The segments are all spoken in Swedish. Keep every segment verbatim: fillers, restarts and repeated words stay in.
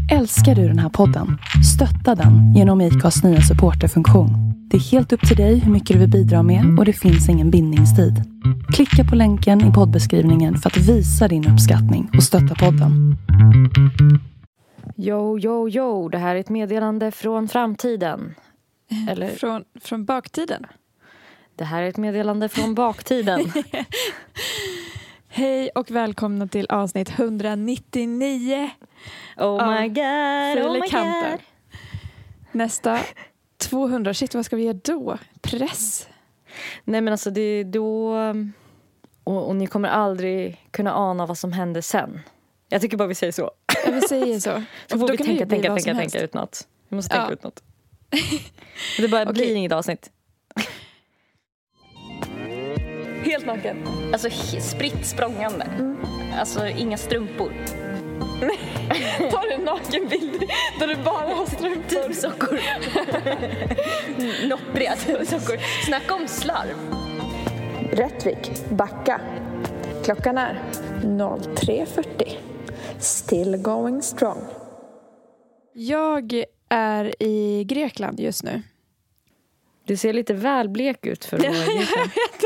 Älskar du den här podden? Stötta den genom ICAs nya supporterfunktion. Det är helt upp till dig hur mycket du vill bidra med och det finns ingen bindningstid. Klicka på länken i poddbeskrivningen för att visa din uppskattning och stötta podden. Jo, jo, jo. Det här är ett meddelande från framtiden. Eller? Från, från baktiden. Det här är ett meddelande från baktiden. Hej och välkomna till avsnitt etthundranittionio. Oh my god, oh my god. Nästa tvåhundra, shit, vad ska vi göra då? Press. Nej men alltså det är då... Och, och ni kommer aldrig kunna ana vad som händer sen. Jag tycker bara vi säger så. Ja, vi säger så. Så får vi tänka, tänka, tänka, tänka ut något. Vi måste tänka ja. ut något. Det bara okay. blir inget avsnitt. Helt naken. Alltså spritt språngande. Mm. Alltså inga strumpor. Tar du en nakenbild där du bara har strumpor? Typ sockor. Noppriga sockor. Snacka om slarv. Rättvik, backa. Klockan är tre fyrtio. Still going strong. Jag är i Grekland just nu. Du ser lite välblek ut för att vara i Grekland.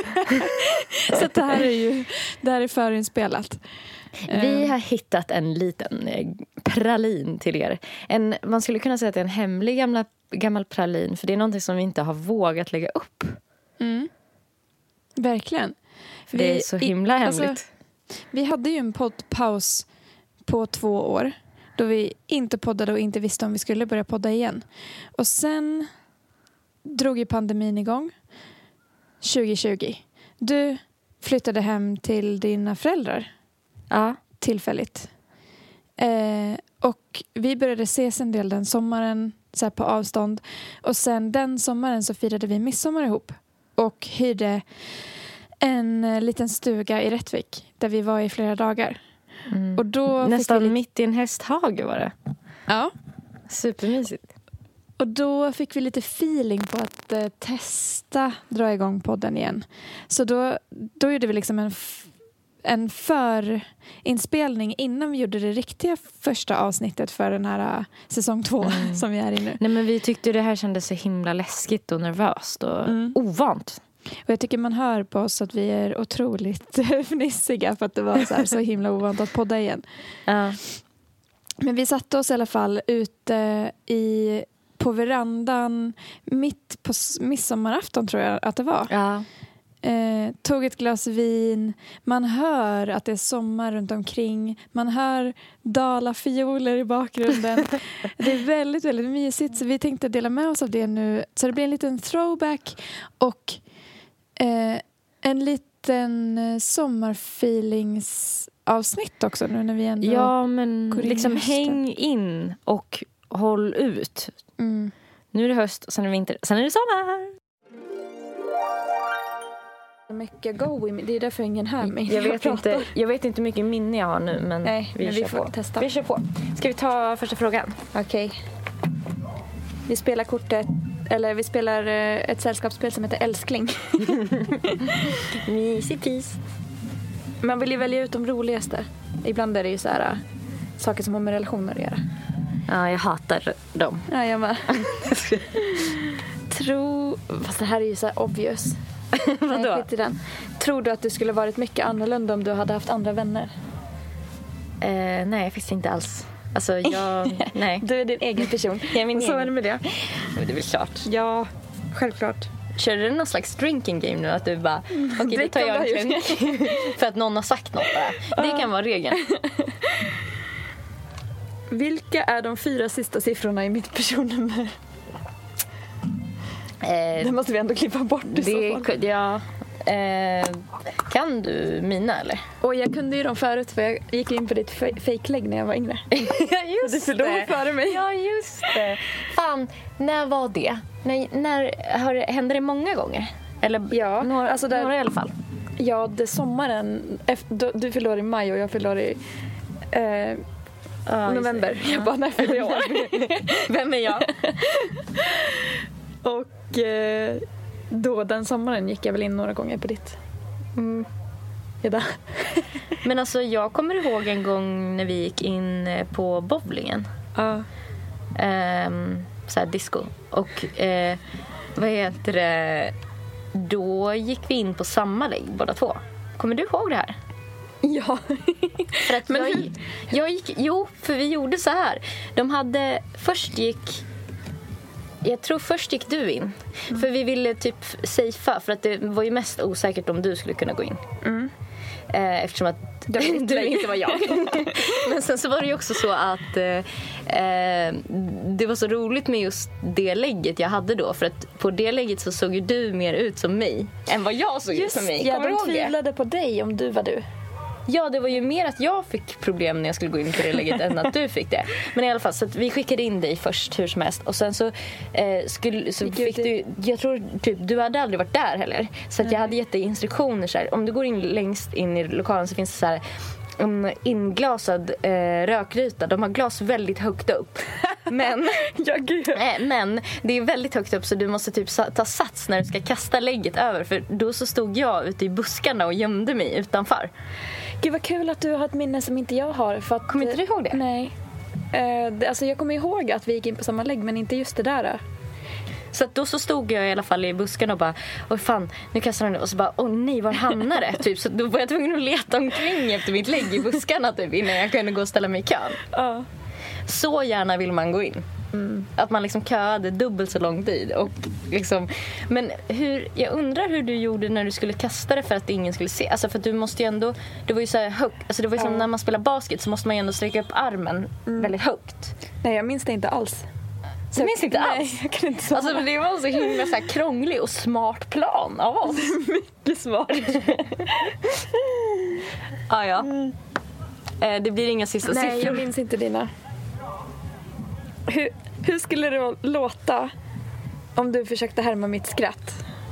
Så det här är ju det här är förinspelat. Vi har hittat en liten pralin till er. En, man skulle kunna säga att det är en hemlig gamla, gammal pralin. För det är någonting som vi inte har vågat lägga upp. Mm. Verkligen. För vi, det är så himla hemligt. Alltså, vi hade ju en poddpaus på två år. Då vi inte poddade och inte visste om vi skulle börja podda igen. Och sen drog ju pandemin igång tjugo tjugo. Du flyttade hem till dina föräldrar. Ja. Tillfälligt. Eh, och vi började ses en del den sommaren så här på avstånd. Och sen den sommaren så firade vi midsommar ihop. Och hyrde en eh, liten stuga i Rättvik. Där vi var i flera dagar. Mm. Och då nästan vi... mitt i en hästhage var det. Ja. Supermysigt. Och då fick vi lite feeling på att eh, testa dra igång podden igen. Så då, då gjorde vi liksom en, f- en förinspelning innan vi gjorde det riktiga första avsnittet för den här uh, säsong två mm. som vi är i nu. Nej, men vi tyckte det här kändes så himla läskigt och nervöst och mm. ovant. Och jag tycker man hör på oss att vi är otroligt fnissiga för att det var så, här, så himla ovant att podda igen. Uh. Men vi satte oss i alla fall ute i... på verandan mitt på midsommarafton tror jag att det var. Ja. Eh, tog ett glas vin. Man hör att det är sommar runt omkring. Man hör dalafioler i bakgrunden. Det är väldigt, väldigt mysigt. Så vi tänkte dela med oss av det nu. Så det blir en liten throwback och eh, en liten sommarfeelingsavsnitt också nu när vi ändå ja, men liksom häng in och håll ut. Mm. Nu är det höst, sen är det vinter, sen är det sommar. Mycket go with me. Det är därför ingen hör mig. Jag vet, jag inte, jag vet inte hur mycket minne jag har nu, men, Nej, vi, men vi får på. testa. Vi kör på. Ska vi ta första frågan? Okej. Okay. Vi spelar kortet, eller vi spelar ett sällskapsspel som heter Älskling. Mysig pris. Man vill ju välja ut de roligaste. Ibland är det ju så här saker som har med relationer att göra. Ja, jag hatar dem. Ja, jag med. Tro... Fast det här är ju så här obvious. Vadå? Nej, den. Tror du att du skulle varit mycket annorlunda om du hade haft andra vänner? Eh, nej, faktiskt inte alls. Alltså, jag... nej. Du är din egen person. Jag är min så egen. är det med det. Men det är väl klart. Ja, självklart. Kör du någon slags drinking game nu? Att du bara, okej, okay, då tar jag en klunk. För att någon har sagt något bara. Det kan vara regeln. Vilka är de fyra sista siffrorna i mitt personnummer? Eh, det måste vi ändå klippa bort i det, så fall. Ja, eh, kan du mina eller? Och jag kunde ju dem förut för jag gick in på ditt fejklägg när jag var yngre. Ja, just du förlorade före mig. Ja, just det. Fan, när var det? När, när har det, hände det många gånger? Eller ja, några, alltså där, några i alla fall. Ja, det sommaren. Efter, du förlorade i maj och jag förlorade i... Eh, Ah, november. Jag bara, när fyller jag år? Vem är jag? Och eh, då den sommaren gick jag väl in några gånger på ditt. Mm. Ida. Men alltså jag kommer ihåg en gång när vi gick in på bowlingen. Ja. Um, så här disco. Och eh, vad heter det? Då gick vi in på samma lägg båda två. Kommer du ihåg det här? Ja. För att Men jag, hur? jag gick, jo, för vi gjorde så här. De hade, först gick, jag tror först gick du in. Mm. För vi ville typ safea, för att det var ju mest osäkert om du skulle kunna gå in. Mm. Eh, eftersom att du inte var jag. Men sen så var det ju också så att eh, det var så roligt med just det lägget jag hade då. För att på det lägget så såg ju du mer ut som mig än vad jag såg Just, ut som mig. ja, Kommer du de ihåg det? tvivlade på dig om du var du. Ja, det var ju mer att jag fick problem när jag skulle gå in på det läget än att du fick det. Men i alla fall, så att vi skickade in dig först hur som helst. Och sen så, eh, skulle, så fick du, jag tror typ, du hade aldrig varit där heller. Så att jag hade gett dig instruktioner så här. Om du går in längst in i lokalen så finns det så här en inglasad eh, rökruta. De har glas väldigt högt upp. Men, ja, gud. Eh, men det är väldigt högt upp så du måste typ sa- ta sats när du ska kasta lägget över. För då så stod jag ute i buskarna och gömde mig utanför. Gud vad kul att du har ett minne som inte jag har. För att, Kommer inte du ihåg det? Nej. Uh, det, alltså jag kommer ihåg att vi gick in på samma lägg, men inte just det där. Så att då så stod jag i alla fall i buskarna och bara, åh fan, nu kastar han. Och så bara, åh nej, var hamnar det? Typ, så då var jag tvungen att leta omkring efter mitt lägg i buskarna typ, innan jag kunde gå och ställa mig i kön. Ja. Så gärna vill man gå in. Mm. Att man liksom köade dubbelt så lång tid. Och liksom, men hur, jag undrar hur du gjorde när du skulle kasta det för att ingen skulle se. Alltså för att du måste ju ändå, det var ju så här högt. Alltså det var ju som ja. när man spelar basket så måste man ju ändå sträcka upp armen mm. väldigt högt. Nej, jag minns det inte alls. Så jag minns inte nej, alls. Jag kan inte svara. Alltså det var så himla så här krånglig och smart plan av oss. Mycket smart. ah, ja. Mm. Eh, det blir inga sista nej, siffror. Nej, jag minns inte dina. Hur, hur skulle det låta om du försökte härma mitt skratt?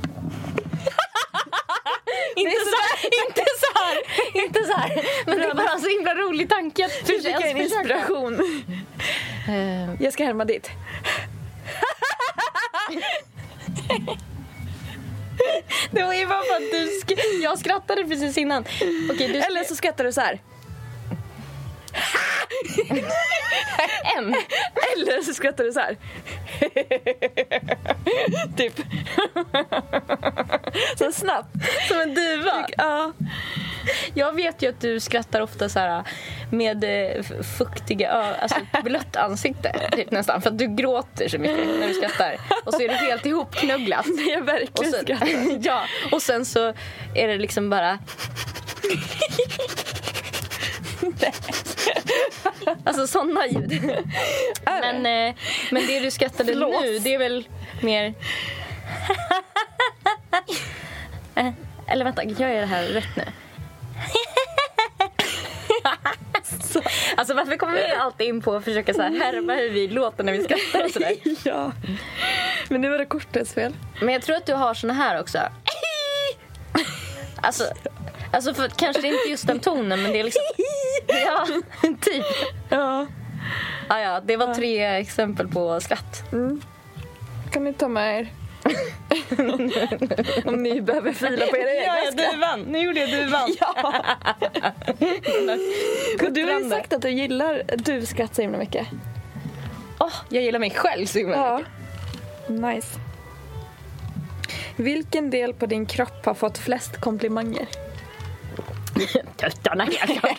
inte, så här, inte så här, inte så här. Men det var bara en så himla rolig tanke att du fick en inspiration. Uh. Jag ska härma ditt. Det var ju bara för att du sk- jag skrattade precis innan. Okej, du sk- eller så skrattar du så här. En. Eller så skrattar du så här. Typ. Så snabbt. Som en duva. Ja. Jag vet ju att du skrattar ofta så här med fuktiga ö- alltså blött ansikte typ nästan, för att du gråter så mycket när du skrattar. Och så är det helt ihopknugglat. Det är verkligen och sen, ja, och sen så är det liksom bara alltså sådana ljud. Men, eh, men det du skrattade Förlåt. nu, det är väl mer eller vänta, gör jag det här rätt nu? Så, alltså varför kommer vi alltid in på att försöka så här härma hur vi låter när vi skrattar och sådär? Ja. Men nu var det kortets fel. Men jag tror att du har såna här också. Alltså, alltså för, kanske det är inte just den tonen, men det är liksom ja, typ. Ja. Ah, ja, det var tre exempel på skratt. Mm. Kan ni ta med er? Om ni behöver fila på era egna ja, skratt. du vann. Nu gjorde jag du vann. Ja. Och du har ju sagt att du gillar du skratt så himla mycket. Oh, jag gillar mig själv så himla ja. mycket. Nice. Vilken del på din kropp har fått flest komplimanger? Tuttarna kanske.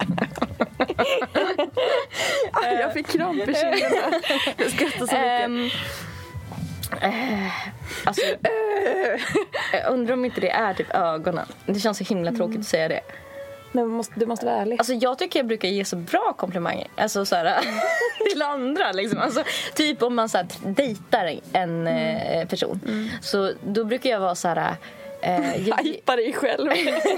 ah, jag fick kramp i kinderna. Jag skrattar så mycket. Um, uh, alltså, uh, jag undrar om inte det är typ ögonen. Det känns så himla tråkigt mm. att säga det. Men måste, du måste vara ärlig. Alltså jag tycker jag brukar ge så bra komplimanger. Alltså så här, till andra liksom. Alltså, typ om man så här, dejtar en mm. eh, person mm. så då brukar jag vara så här eh, jag... hypa dig själv.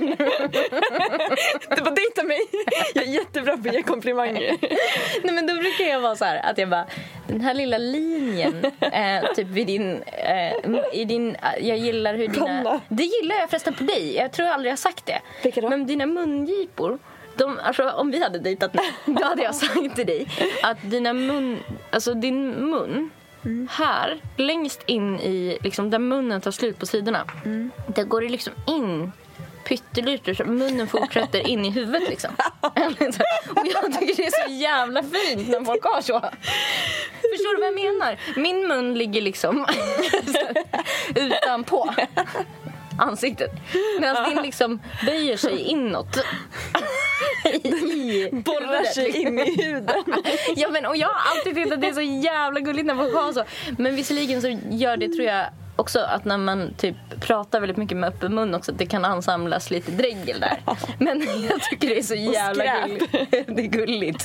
Du bara dejta mig. Jag är jättebra på att ge komplimanger. Nej, men då brukar jag vara så här att jag bara, den här lilla linjen eh, typ vid din, eh, i din jag gillar hur dina Komma. Det gillar jag förresten på dig. Jag tror jag aldrig har sagt det. Vilka då? Men dina mungipor, de, alltså, om vi hade dejtat nu, då hade jag sagt till dig att dina mun, alltså din mun mm. här, längst in i liksom, där munnen tar slut på sidorna mm. där går det liksom in pyttelite så munnen fortsätter in i huvudet liksom. Och jag tycker det är så jävla fint när folk har så. Förstår du vad jag menar? Min mun ligger liksom utanpå ansiktet. Medan din liksom böjer sig inåt. I borrar sig in i huden. Ja, men, och jag har alltid tyckt att det är så jävla gulligt när folk har så. Men visserligen så gör det, tror jag, också att när man typ pratar väldigt mycket med öppen mun också, att det kan ansamlas lite dregel där. Men jag tycker det är så jävla gulligt. Det är gulligt.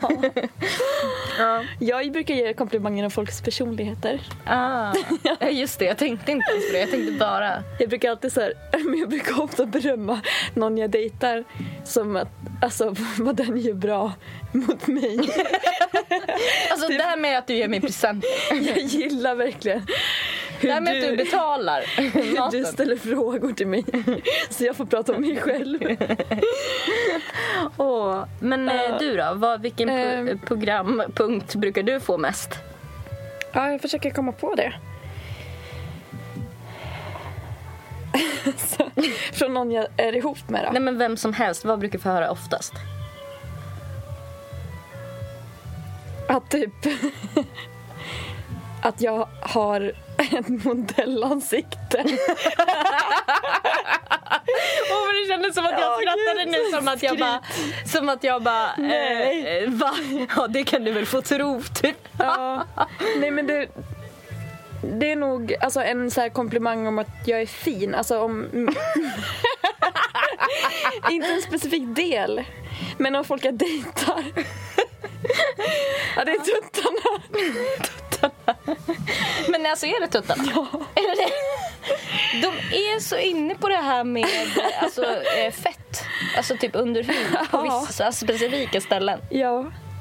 Ja. Jag brukar ge komplimanger om folks personligheter. Ah, just det, jag tänkte inte ens på det. Jag tänkte bara... Jag brukar alltid så här, men jag brukar ofta berömma någon jag dejtar som att, alltså, vad den gör bra mot mig. Alltså det här med att du ger mig presenter. Jag gillar verkligen hur det här med du, att du betalar hur du ställer frågor till mig så jag får prata om mig själv. Åh, men uh, du då? Vad, vilken pro- um, programpunkt brukar du få mest? Ja, jag försöker komma på det. Så, från någon jag är ihop med då. Nej, men vem som helst, vad brukar du få höra oftast? Att typ att jag har ett modellansikte. Åh, men det kändes som att jag ja, skrattade gud, nu som att jag bara som att jag bara nej. Eh, va? Ja, det kan du väl få tro typ. Ja. Nej, men det det är nog alltså en så här komplimang om att jag är fin, alltså om inte en specifik del, men om folk jag dejtar. Ja, det är tuttarna. Tuttarna. Men alltså, är det tuttarna? Ja. Är det? De är så inne på det här med alltså, fett. Alltså typ under huden på vissa specifika ställen. Ja.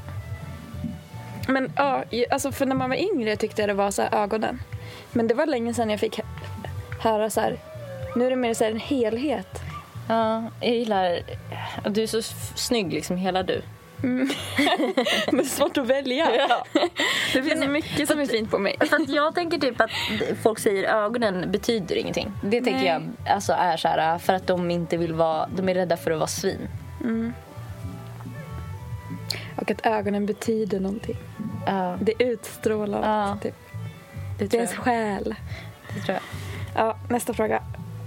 Men ja, alltså för när man var yngre tyckte jag det var så här ögonen. Men det var länge sedan jag fick höra så här. Nu är det mer så här en helhet. Ja, jag gillar. Du är så snygg liksom, hela du. Mm. Men det är svårt att välja. Ja. Det finns så mycket som är fint på mig. För att jag tänker typ att folk säger ögonen betyder ingenting. Det tänker Nej. jag alltså är så här för att de inte vill vara, de är rädda för att vara svin. Mm. Och att ögonen betyder någonting. Ja. Det utstrålar Ja. typ. Det Det tror är jag. ens själ. Det tror jag. Ja, nästa fråga.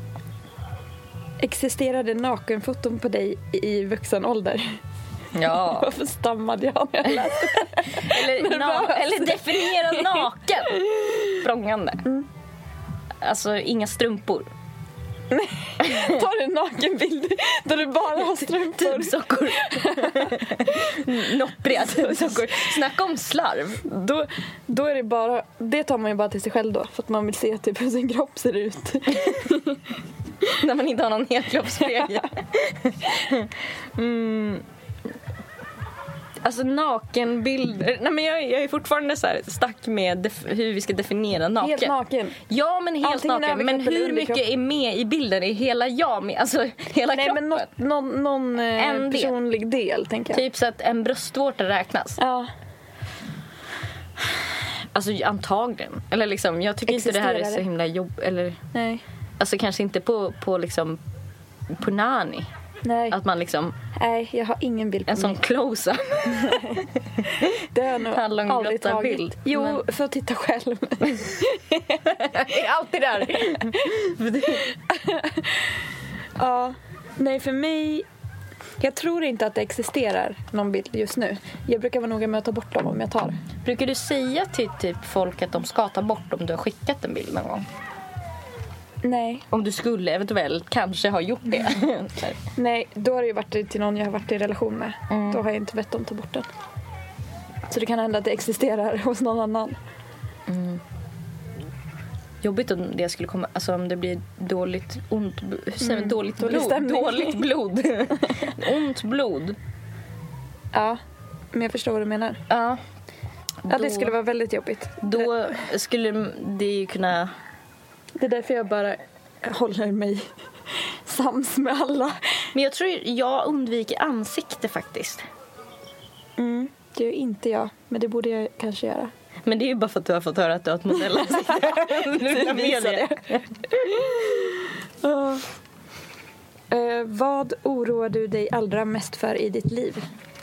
Existerade nakenfoton på dig i vuxen ålder? Ja. Varför stammade jag när jag läste? Eller, na- eller definiera naken. Språngande. Mm. Alltså inga strumpor. Tar du en nakenbild där du bara har strumpor? Tubsockor. Noppriga tubsockor. Snacka om slarv. Då, då är det bara, det tar man ju bara till sig själv då. För att man vill se typ hur sin kropp ser ut. När man inte har någon helkroppsspegel. Mm. Alltså nakenbilder. Nej, men jag, jag är fortfarande så här stack med def- hur vi ska definiera naken. Helt naken. Ja, men helt Antingen naken. Men överkropp eller hur mycket underkropp. är med i bilden? Är hela jag med? Alltså hela Nej, kroppen? men något, någon, någon eh, En del. personlig del, tänker jag. Typ så att en bröstvårta räknas. Ja. Alltså antagligen. Eller liksom, jag tycker inte det här är Existerar så det? himla jobb. Eller, Nej. alltså kanske inte på, på liksom på nani. Nej. Att man liksom, Nej, jag har ingen bild på en mig. sån close-up. Det har jag nog Hallon aldrig blottar tagit. bild. Jo, Men- för att titta själv. Det är alltid där. Ja. Nej, för mig... Jag tror inte att det existerar någon bild just nu. Jag brukar vara noga med att ta bort dem om jag tar. Brukar du säga till typ folk att de ska ta bort om du har skickat en bild någon gång? Nej. Om du skulle eventuellt kanske ha gjort det. Nej, då har det ju varit till någon jag har varit i relation med. Mm. Då har jag inte bett dem ta bort den. Så det kan hända att det existerar hos någon annan. Mm. Jobbigt om det skulle komma, alltså om det blir dåligt ont, hur säger man, Mm. dåligt Dålig blod, stämning. dåligt blod. Ont blod. Ja, men jag förstår vad du menar. Ja. Ja, Då- det skulle vara väldigt jobbigt. Då skulle det ju kunna. Det är därför jag bara håller mig sams med alla. Men jag tror jag undviker ansikte faktiskt. Mm, det gör inte jag, men det borde jag kanske göra. Men det är ju bara för att du har fått höra att du har ett modellansikte. Du vill ha med Visa det. Ja. Uh, vad oroar du dig allra mest för i ditt liv?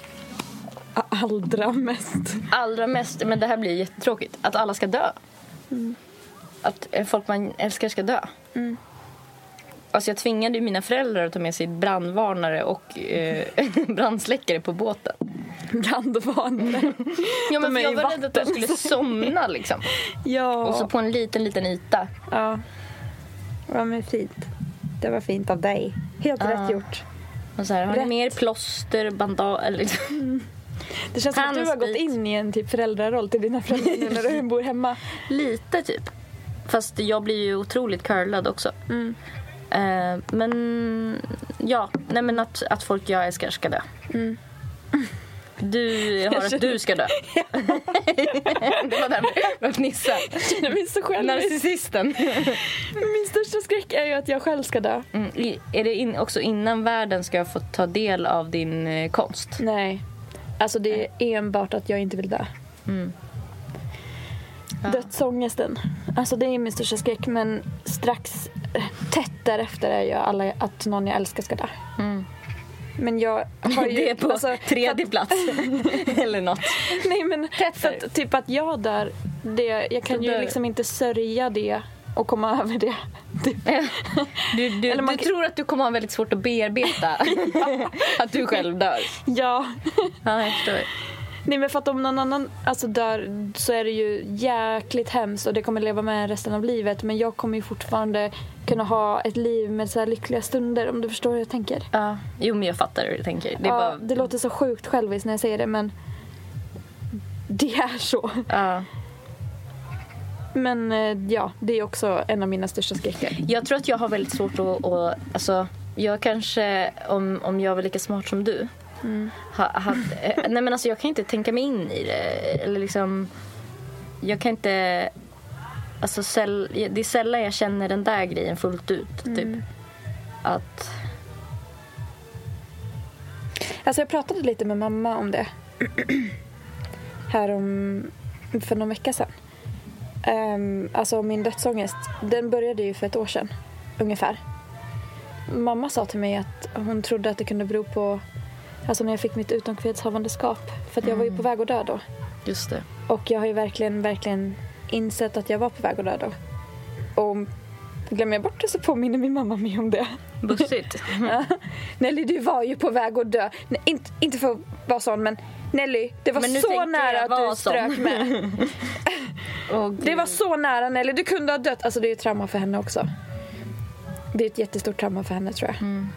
Allra mest? Allra mest, men det här blir jättetråkigt. Att alla ska dö. Mm. Att folk man älskar ska dö. Mm. Alltså jag tvingade ju mina föräldrar att ta med sig brandvarnare och eh, brandsläckare på båten. Brandvarnare? Ja, men de jag var rädd att de skulle somna liksom. Ja. Och så på en liten, liten yta. Ja. Ja, men fint. Det var fint av dig. Helt Ja. rätt gjort. Och så här, har Rätt. ni mer plåster, bandage eller liksom. Mm. Det känns som att du har gått in i en typ föräldraroll till dina föräldrar när du bor hemma. Lite typ. Fast jag blir ju otroligt curlad också. Mm. Uh, men ja, nej men att, att folk jag älskar ska dö. Mm. Du har att du ska dö. Det var där med att nissa. Jag känner mig så själv. Narcissisten. Min största skräck är ju att jag själv ska dö. Mm. Är det in, också innan världen ska få ta del av din eh, konst? Nej. Alltså det är enbart att jag inte vill dö. Mm. Ja. Dödsångesten. Alltså det är min största skräck. Men strax tätt därefter är ju alla att någon jag älskar ska dö. Mm. Men jag har ju... Det är på alltså, tredje att, plats. Eller något. Nej men för att, typ att jag dör, det, jag kan Så ju dör. liksom inte sörja det och komma över det. Typ. Du, du, Eller man du kan... tror att du kommer ha väldigt svårt att bearbeta att du själv dör. Ja. Ja, jag förstår. Nej men för att om någon annan alltså dör så är det ju jäkligt hemskt och det kommer leva med resten av livet. Men jag kommer ju fortfarande kunna ha ett liv med så här lyckliga stunder, om du förstår hur jag tänker. Ja, jo men jag fattar hur du tänker. Det, är ja, bara... det låter så sjukt själviskt när jag säger det, men det är så. Ja. Men ja, det är också en av mina största skräckar. Jag tror att jag har väldigt svårt att, att alltså, jag kanske, om, om jag var lika smart som du, mm. ha, ha, nej men alltså jag kan inte tänka mig in i det, eller liksom, jag kan inte, alltså säll, det är sällan jag känner den där grejen fullt ut, typ, mm. att alltså jag pratade lite med mamma om det här om, för någon vecka sedan. Um, alltså min dödsångest, den började ju för ett år sedan ungefär. Mamma sa till mig att hon trodde att det kunde bero på, alltså när jag fick mitt utomkvedshavandeskap, för att jag mm. var ju på väg att dö då. Just det. Och jag har ju verkligen, verkligen insett att jag var på väg att dö då. Och glömmer jag bort det så påminner min mamma mig om det. Bussigt. Ja. Nelly, du var ju på väg att dö. Nej, inte, inte för att vara sån, men Nelly, det var så nära att du strök sån. med. Oh, det var så nära, Nelly. Du kunde ha dött. Alltså det är ju trauma för henne också. Det är ett jättestort trauma för henne, tror jag. Mm.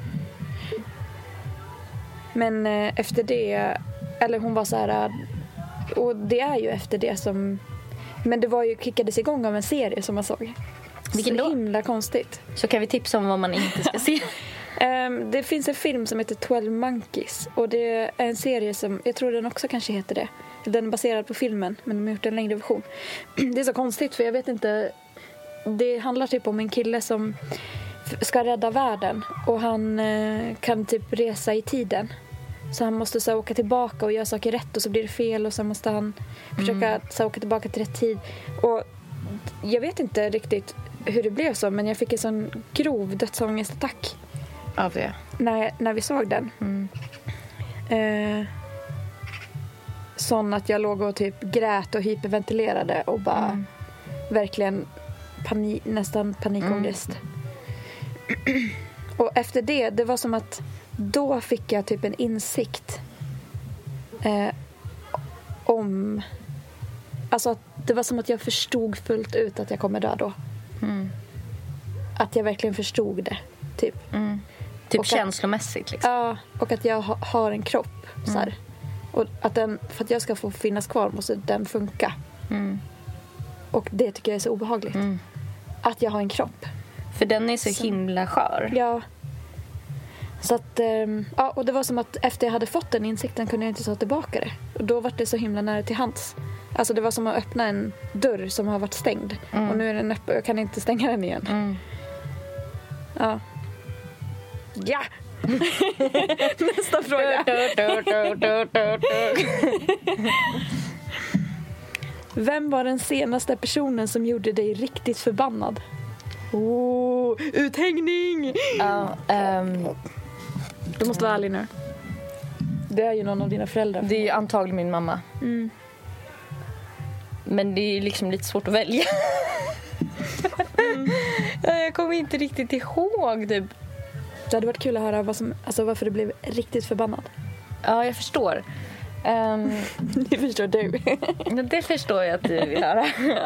Men eh, efter det, eller hon var så här, och det är ju efter det som, men det var ju, kickades igång av en serie som man såg. Vilken så då? Himla konstigt. Så kan vi tipsa om vad man inte ska se. um, det finns en film som heter twelve Monkeys. Och det är en serie som, jag tror den också kanske heter det. Den är baserad på filmen, men de har gjort en längre version. Det är så konstigt, för jag vet inte. Det handlar typ om en kille som ska rädda världen. Och han uh, kan typ resa i tiden. Så han måste så åka tillbaka och göra saker rätt, och så blir det fel. Och så måste han försöka mm. så åka tillbaka till rätt tid. Och jag vet inte riktigt hur det blev så, men jag fick en sån grov dödsångestattack av det. När, när vi såg den. Mm. Eh, sån att jag låg och typ grät och hyperventilerade och bara mm. verkligen panik, nästan panikångest. Mm. Och efter det, det var som att då fick jag typ en insikt eh, om, alltså att det var som att jag förstod fullt ut att jag kommer dö då. Mm. Att jag verkligen förstod det, typ. Mm. Typ och känslomässigt att, liksom. Ja, och att jag ha, har en kropp så här. Mm. Och att den, för att jag ska få finnas kvar måste den funka. Mm. Och det tycker jag är så obehagligt. Mm. Att jag har en kropp. För den är så, så himla skör. Ja. Så att, ähm, ja, och det var som att efter jag hade fått den insikten kunde jag inte ta tillbaka det. Och då var det så himla nära till hands. Alltså det var som att öppna en dörr som har varit stängd. Mm. Och nu är den öppen och jag kan inte stänga den igen. Mm. Ja. Ja! Nästa fråga. Vem var den senaste personen som gjorde dig riktigt förbannad? Oh, uthängning! Ja, um, Du måste vara ärlig nu. Det är ju någon av dina föräldrar. det är ju antagligen min mamma. Mm. Men det är liksom lite svårt att välja. mm. Jag kommer inte riktigt ihåg typ. Det hade varit kul att höra vad som, alltså varför du blev riktigt förbannad. Ja, jag förstår. Um, Det förstår du. det förstår jag att du vill höra.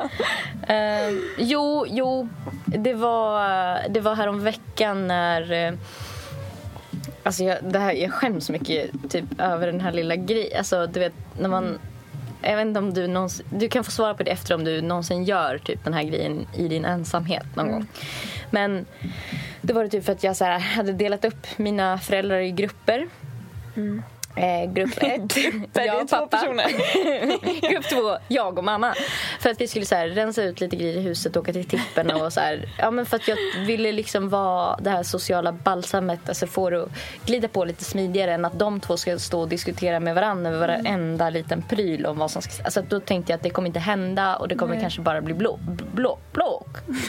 um, jo, jo. Det var, det var här om veckan när... Alltså jag, det här, jag skäms mycket typ, över den här lilla grejen. Alltså du vet, när man... Jag vet inte om du någonsin... Du kan få svara på det efter om du någonsin gör typ den här grejen i din ensamhet någon mm. gång. Men det var det typ för att jag så här, hade delat upp mina föräldrar i grupper. Mm. Eh, grupp ett, jag och pappa. Grupp två, jag och mamma. För att vi skulle så här, rensa ut lite grejer i huset, åka till tippen och så här, ja, men för att jag ville liksom vara det här sociala balsamet, alltså få det att glida på lite smidigare än att de två ska stå och diskutera med varandra över varenda liten pryl om vad som ska, alltså då tänkte jag att det kommer inte hända och det kommer Nej. kanske bara bli blå blå blå.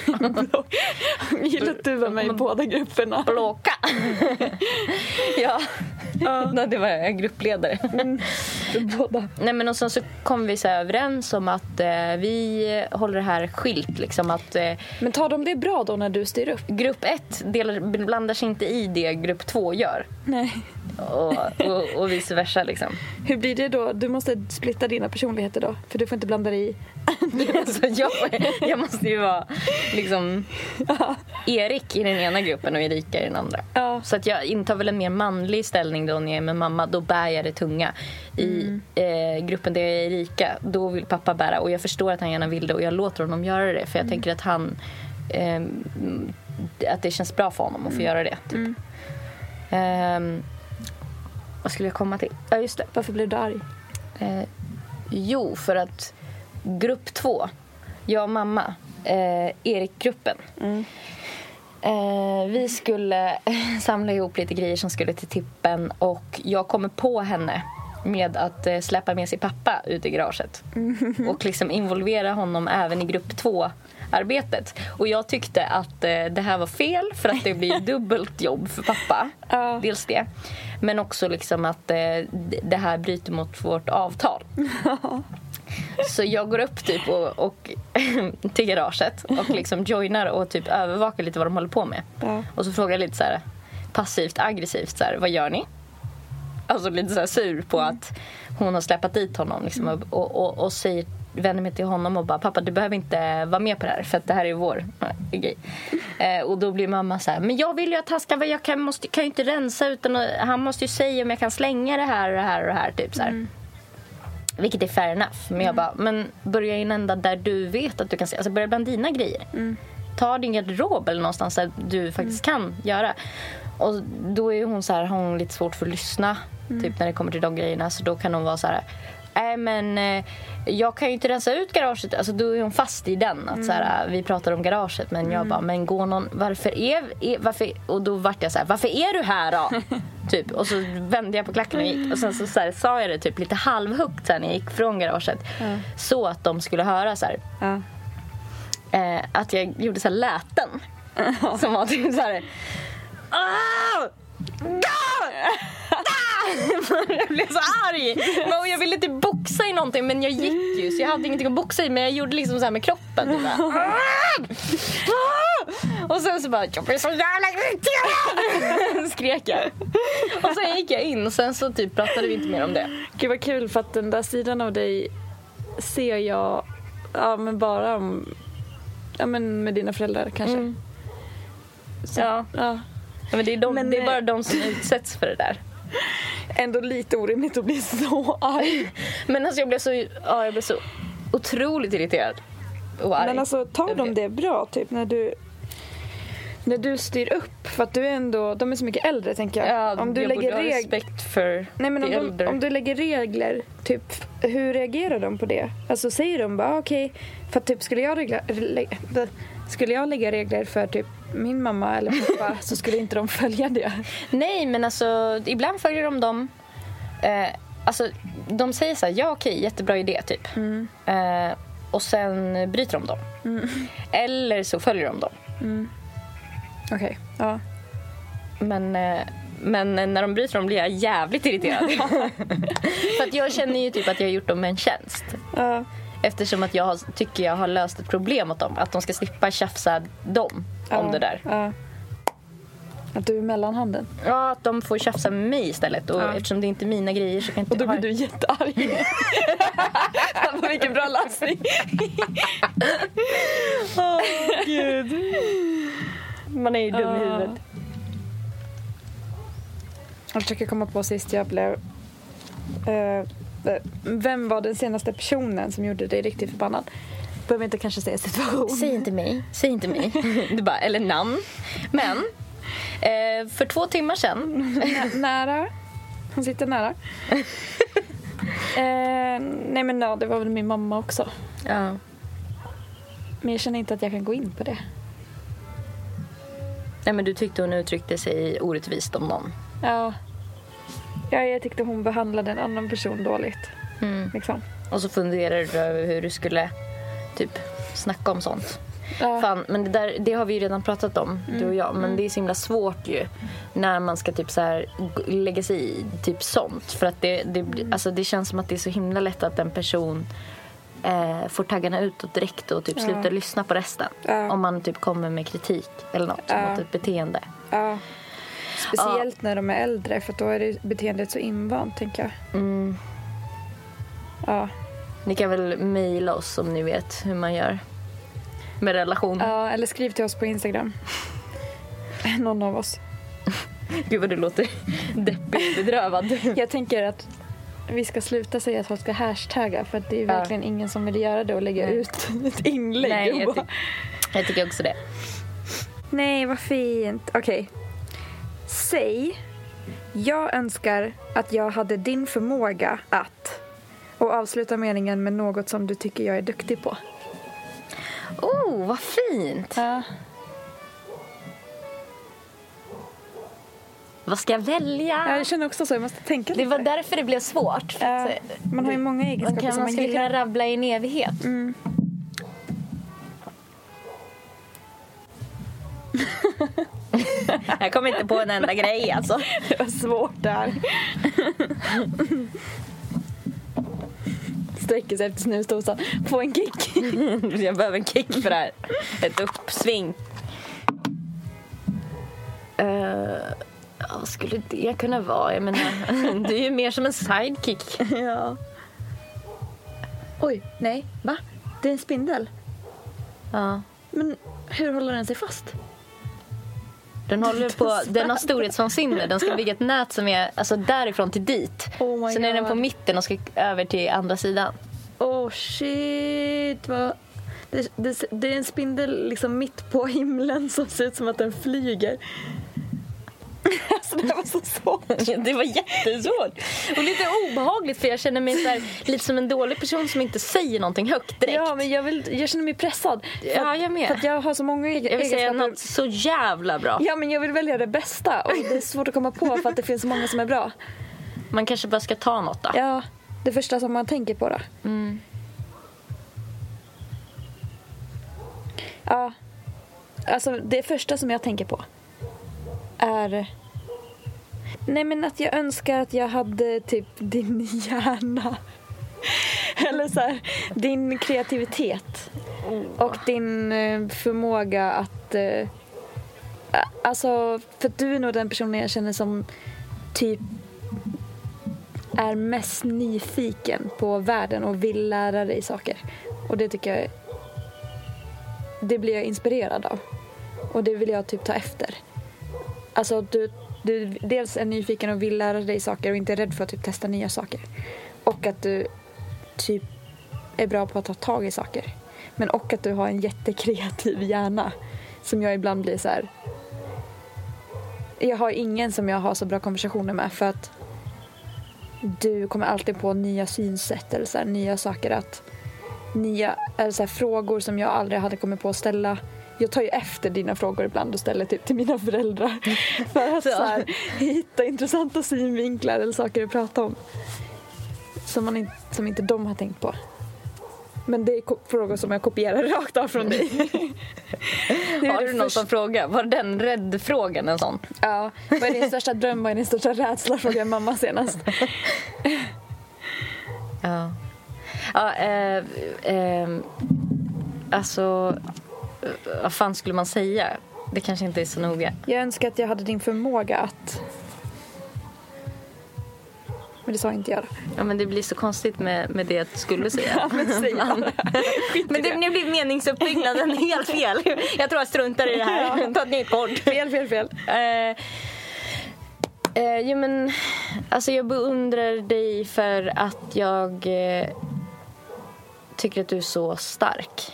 Jag gillar att du var med i båda grupperna. Blåka. Ja. Ja. Det var jag gruppledare. Mm. Båda. Nej, men och sen så kom vi så här överens om att eh, vi håller det här skilt liksom att, eh, men tar de det bra då när du styr upp? Grupp ett delar, blandar sig inte i det grupp två gör. Nej. Och, och, och vice versa liksom. Hur blir det då? Du måste splitta dina personligheter då, för du får inte blanda dig i. Alltså, jag, jag måste ju vara liksom ja. Erik i den ena gruppen och Erika i den andra. Ja. Så att jag intar väl en mer manlig ställning då när jag är med mamma. Då bär jag det tunga. I mm. eh, gruppen där jag är Erika, då vill pappa bära. Och jag förstår att han gärna vill det och jag låter honom göra det. För jag mm. tänker att han eh, att det känns bra för honom att få mm. göra det typ. Mm. Um, vad skulle jag komma till? Ja, just det. Varför blev du arg? Eh, jo, för att grupp två, jag och mamma, eh, Erik-gruppen. Mm. Eh, vi skulle samla ihop lite grejer som skulle till tippen och jag kommer på henne med att eh, släppa med sig pappa ut i garaget. Mm. Och liksom involvera honom även i grupp två arbetet. Och jag tyckte att eh, det här var fel för att det blir dubbelt jobb för pappa. Uh. Dels det. Men också liksom att eh, det här bryter mot vårt avtal. Uh. Så jag går upp typ och, och till garaget och liksom joinar och typ övervakar lite vad de håller på med. Uh. Och så frågar jag lite så här passivt aggressivt så här, vad gör ni? Alltså lite så här sur på mm. att hon har släppt dit honom liksom, och, och, och, och säger, vänder mig till honom och bara, pappa du behöver inte vara med på det här för att det här är vår grej. Eh, och då blir mamma så här, men jag vill ju att han ska, jag kan, måste, kan ju inte rensa utan att, han måste ju säga om jag kan slänga det här och det här och det här typ så här. Mm. Vilket är fair enough. Men mm. jag bara, men börja i en ända där du vet att du kan se, alltså börja bland dina grejer. Mm. Ta din garderob eller någonstans där du faktiskt mm. kan göra. Och då är hon så här, har hon lite svårt för att lyssna mm. typ när det kommer till de grejerna, så då kan hon vara så här, nej men eh, jag kan ju inte rensa ut garaget, alltså då är hon fast i den att mm. så här, vi pratar om garaget men mm. jag bara, men går någon, varför är, är varför, och då vart jag så här, varför är du här då? Typ, och så vände jag på klacken och gick och sen så, så här, sa jag det typ lite halvhögt sen när jag gick från garaget mm. så att de skulle höra så här mm. eh, att jag gjorde så här läten mm. som var typ så här, ah! Jag blev så arg. Men jag ville inte boxa i någonting, men jag gick ju så jag hade ingenting att boxa i, men jag gjorde liksom så här med kroppen. Och sen så bara, jag blir så jävla irriterad, skrek jag. Och sen gick jag in och sen så typ pratade vi inte mer om det. Gud vad kul, för att den där sidan av dig ser jag ja, men bara om, ja, men med dina föräldrar kanske. Mm. Så, ja. ja. Ja, men det är, de, men, det är bara de som utsätts för det där. Ändå lite orimligt att bli så arg. Men alltså jag blev så, ja, jag blev så otroligt irriterad och arg. Men alltså tar de det bra typ när du när du styr upp, för att du är ändå, de är så mycket äldre tänker jag. Ja, om du jag lägger borde reg- ha respekt för Nej, men om, de, de, om du lägger regler typ, hur reagerar de på det? Alltså säger de bara okej, okay, för typ skulle jag regla, lä, skulle jag lägga regler för typ min mamma eller pappa så skulle inte de följa det. Nej, men alltså ibland följer de dem. Eh, alltså de säger så här, ja okej, jättebra idé typ. Mm. Eh, och sen bryter de dem. Mm. Eller så följer de dem. Mm. Okej, okay. Ja. Men, eh, men när de bryter dem blir jag jävligt irriterad. För att jag känner ju typ att jag har gjort dem en tjänst. Ja. Eftersom att jag har, tycker jag har löst ett problem åt dem. Att de ska slippa tjafsa dem ja. om det där. Ja. Att du är mellanhanden. Ja, att de får tjafsa med mig istället. Och ja. Eftersom det inte är mina grejer så kan jag inte. Och då blir du jättearg. Vilken bra lösning. Åh, oh, gud. Man är ju dum uh. i huvudet. Jag försöker komma på sist jag blev... Uh, vem var den senaste personen som gjorde dig riktigt förbannad? Behöver inte kanske säga situation. Säg inte mig. Säg inte mig. Du bara, eller namn. Men... Eh, för två timmar sedan N- nära hon sitter nära eh, nej men no, det var väl min mamma också. Ja. Men jag känner inte att jag kan gå in på det. Nej, men du tyckte hon uttryckte sig orättvist om någon. Ja, ja jag tyckte hon behandlade en annan person dåligt. Mm. Liksom. Och så funderade du över hur du skulle typ snacka om sånt. Ja. Fan, men det, där, det har vi ju redan pratat om, mm. du och jag. Men mm. det är så himla svårt ju när man ska typ så här lägga sig i typ sånt. För att det, det, mm. alltså det känns som att det är så himla lätt att en person eh, får taggarna utåt direkt och typ ja. slutar lyssna på resten. Ja. Om man typ kommer med kritik eller något ja. mot ett beteende. Ja. Speciellt ja. när de är äldre, för då är det beteendet så invant, tänker jag. Mm. Ja. Ni kan väl mejla oss om ni vet hur man gör med relation. Ja, eller skriv till oss på Instagram. Någon av oss. Gud vad du låter deppig bedrövad. Jag tänker att vi ska sluta säga att folk ska hashtagga, för att det är verkligen ja. ingen som vill göra det och lägga Nej. ut ett inlägg. Nej, jag, ty- jag tycker också det. Nej, vad fint. Okej. Okay. Säg, jag önskar att jag hade din förmåga att, och avsluta meningen med något som du tycker jag är duktig på. Oh, vad fint. Ja. Vad ska jag välja? Ja, jag känner också så, jag måste tänka lite. Det var därför det blev svårt. För ja, att, man har ju många egenskaper man kan, som man man skulle gillar. kunna rabbla i en evighet. Mm. Jag kom inte på en enda grej alltså. Det var svårt där. Sträcker sig efter snusdosan. Få en kick. Jag behöver en kick för det här. Ett uppsving. Uh, vad skulle det kunna vara? Jag menar, du är ju mer som en sidekick. Ja. Oj, nej. Va? Det är en spindel. Ja. Men hur håller den sig fast? Den håller på, den har storhetsvansinne. Den ska bygga ett nät som är alltså därifrån till dit. Oh Sen är den på mitten och ska över till andra sidan. Oh shit, vad... Det, det, det är en spindel liksom mitt på himlen som ser ut som att den flyger. Alltså det var så svårt. Det var jättesvårt. Och lite obehagligt, för jag känner mig så här, lite som en dålig person som inte säger någonting högt direkt. Ja, men jag, vill, jag känner mig pressad. Ja, jag med. För att jag har så många egenskaper. Jag vill säga något så jävla bra. Ja, men jag vill välja det bästa. Och det är svårt att komma på för att det finns så många som är bra. Man kanske bara ska ta något då. Ja, det första som man tänker på då. Mm. Ja. Alltså det första som jag tänker på är... Nej, men att jag önskar att jag hade typ din hjärna. Eller så här, din kreativitet. Mm. Och din eh, förmåga att... Eh, alltså, för du är nog den personen jag känner som typ är mest nyfiken på världen och vill lära dig saker. Och det tycker jag... Det blir jag inspirerad av. Och det vill jag typ ta efter. Alltså du, du dels är nyfiken och vill lära dig saker och inte är rädd för att typ testa nya saker. Och att du typ är bra på att ta tag i saker. Men och att du har en jättekreativ hjärna som jag ibland blir så här. Jag har ingen som jag har så bra konversationer med, för att du kommer alltid på nya synsätt eller så här, nya saker att nya eller så här, frågor som jag aldrig hade kommit på att ställa. Jag tar ju efter dina frågor ibland och ställer typ till mina föräldrar för att så här, hitta intressanta synvinklar eller saker att prata om som, man in, som inte de har tänkt på. Men det är ko- frågor som jag kopierar rakt av från dig. Har du någon som frågar? Var den rädd frågan en sån? Ja, vad är din största dröm? Vad är din största rädsla? Frågade mamma senast. Ja. Ja, eh, eh, alltså, vad fan skulle man säga? Det kanske inte är så noga. Jag önskar att jag hade din förmåga att... Men det sa inte jag då. Ja, men det blir så konstigt med, med det jag skulle säga. Ja, men säg men, men det, nu blir meningsuppbyggnaden helt fel. Jag tror jag struntar i det här. Ja. Ta ett nytt kort. Fel, fel, fel. Eh, eh, jo, men, alltså jag beundrar dig för att jag eh, tycker att du är så stark.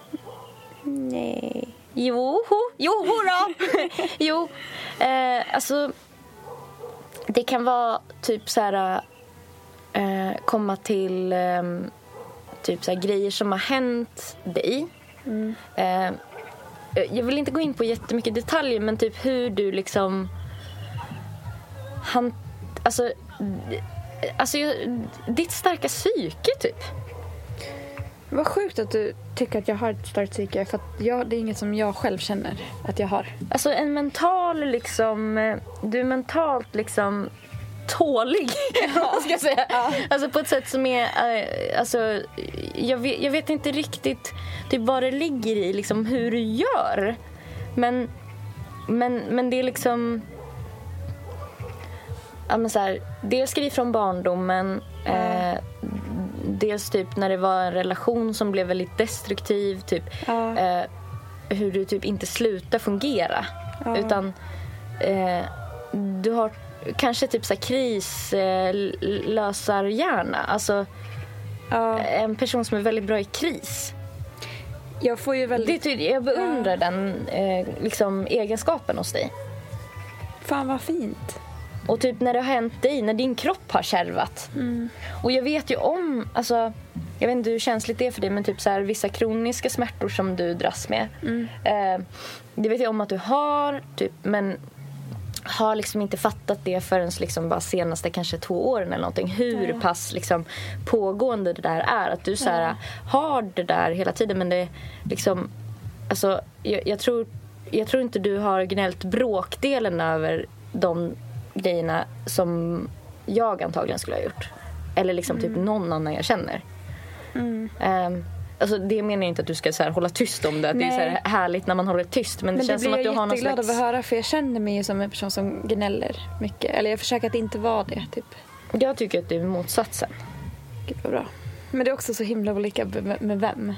Nej. Jo, ho, jo, hurra! Jo, eh, alltså det kan vara typ så här eh, komma till eh, typ så här grejer som har hänt dig. Mm. Eh, jag vill inte gå in på jättemycket detaljer, men typ hur du liksom han, alltså, alltså ditt starka psyke typ. Vad sjukt att du tycker att jag har ett starkt psyke, för att jag, det är inget som jag själv känner att jag har. Alltså en mental liksom, du är mentalt liksom tålig, ja. Ska jag säga. Ja. Alltså på ett sätt som är, alltså jag vet, jag vet inte riktigt typ vad det ligger i liksom hur du gör. Men men men det är liksom, ja men så här, dels skriv från barndomen. Mm. Eh, dels typ när det var en relation som blev väldigt destruktiv typ, ja. eh, hur du typ inte slutar fungera, ja. Utan eh, du har kanske typ så här krislösarhjärna, alltså ja. En person som är väldigt bra i kris. Jag får ju väldigt... det, jag beundrar ja. den eh, liksom egenskapen hos dig. Fan vad fint. Och typ när det har hänt dig, när din kropp har kärvat. Mm. Och jag vet ju om, alltså, jag vet inte hur känsligt det är för dig, men typ så här, vissa kroniska smärtor som du dras med. Mm. Eh, det vet jag om att du har, typ, men har liksom inte fattat det förrän liksom bara senaste kanske två åren eller någonting. Hur ja. pass liksom pågående det där är. Att du så här, ja. har det där hela tiden, men det liksom, alltså, jag, jag tror jag tror inte du har gnällt bråkdelen över de grejerna som jag antagligen skulle ha gjort. Eller liksom mm. typ någon annan jag känner. Mm. Um, alltså det menar inte att du ska så här hålla tyst om det. Att det är så här härligt när man håller tyst. Men, men det känns som att du har någon slags... jag blir jätteglad av att höra, för jag känner mig som en person som gnäller mycket. Eller jag försöker att inte vara det, typ. Jag tycker att det är motsatsen. Gud vad bra. Men det är också så himla olika med, med vem.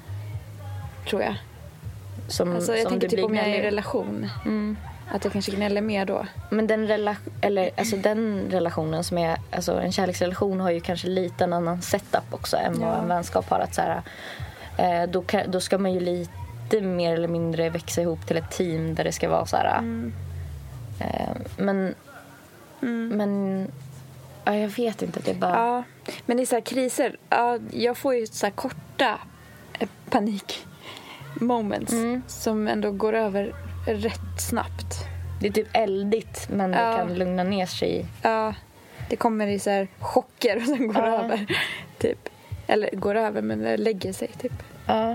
Tror jag. Som, alltså jag som tänker typ om jag är i en gnällig. relation. Mm. Att jag kanske gnäller mer då. Men den, rela- eller, alltså den relationen som är, alltså en kärleksrelation har ju kanske lite en annan setup också än vad ja. en vänskap har. Att så här, eh, då, kan, då ska man ju lite mer eller mindre växa ihop till ett team där det ska vara så här. Mm. Eh, men mm. men ja, jag vet inte, det är bara... Ja, men det är så här kriser. Ja, jag får ju så här korta eh, panik moments mm. som ändå går över rätt snabbt. Det är typ eldigt, men ja. det kan lugna ner sig. Ja, det kommer i så här chocker och sen går ja. över. Typ. Eller går över, men det lägger sig typ. Ja.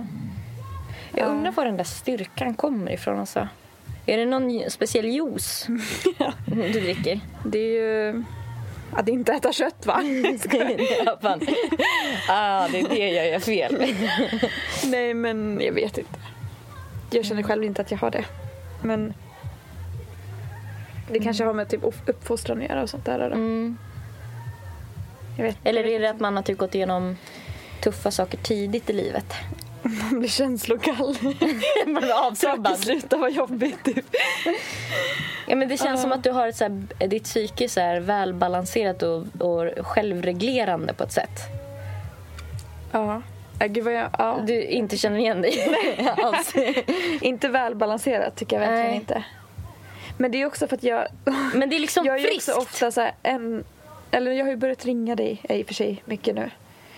Jag ja. undrar var den där styrkan kommer ifrån alltså. Är det någon speciell juice ja. du dricker? Det är ju att inte äta kött, va? ja, fan. Ah, det är det jag gör fel. Nej, men jag vet inte. Jag känner själv inte att jag har det. Men det mm. kanske har med typ uppfostran att göra och sånt där. Mm. Jag vet, Eller jag vet är det att man har typ gått igenom tuffa saker tidigt i livet? Man blir känslokall. Man är avtrabbad. Sluta vara jobbigt typ. Ja, men det känns uh. som att du har ett så här, ditt psyke så här välbalanserat och, och självreglerande på ett sätt. Ja. Äh, gud vad jag, ja. Du inte känner igen dig. alltså. Inte välbalanserat tycker jag verkligen. Nej. Inte. Men det är också för att jag... Men det är liksom jag är friskt. Också ofta så här, en, eller jag har ju börjat ringa dig i och för sig mycket nu.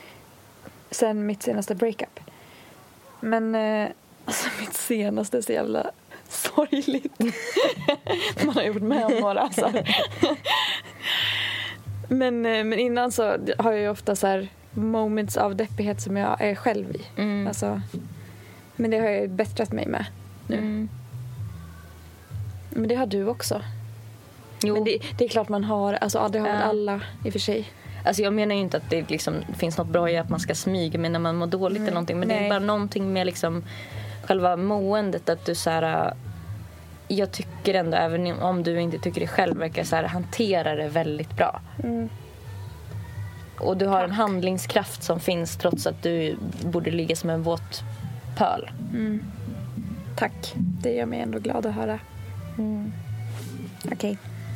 Sen mitt senaste breakup. Men eh, alltså mitt senaste är så jävla sorgligt. Man har gjort med om några alltså. men, eh, men innan så har jag ju ofta så här moments av deppighet som jag är själv i. Mm. Alltså, men det har jag bättrat mig med nu. Mm. Men det har du också. Jo. Men det, det är klart man har, alltså det har Ja. väl alla i och för sig. Alltså jag menar ju inte att det liksom finns något bra i att man ska smyga med när man mår dåligt Mm. eller någonting. Men Nej. det är bara någonting med liksom själva måendet att du så här. Jag tycker ändå, även om du inte tycker det själv, verkar så här, hantera det väldigt bra. Mm. Och du har Tack. en handlingskraft som finns trots att du borde ligga som en våt pöl. Mm. Tack, det gör mig ändå glad att höra. Mm. Okej.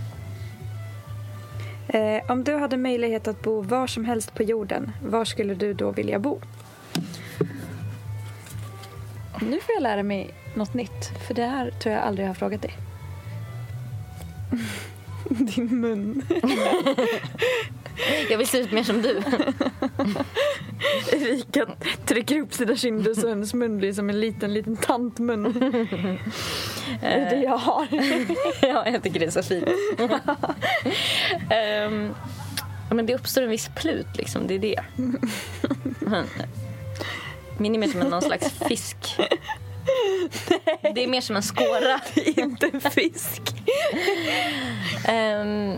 Eh, om du hade möjlighet att bo var som helst på jorden, var skulle du då vilja bo? Nu får jag lära mig något nytt, för det här tror jag aldrig har frågat dig. Din mun. Jag vill se ut mer som du. Erika trycker upp sina kinder så hennes mun blir som en liten, liten tantmun. Det är det jag har. Ja, jag tycker det är så fint. um, men det uppstår en viss plut liksom, det är det. Men, min är mer som en någon slags fisk. Det är mer som en skåra. Inte en fisk. um,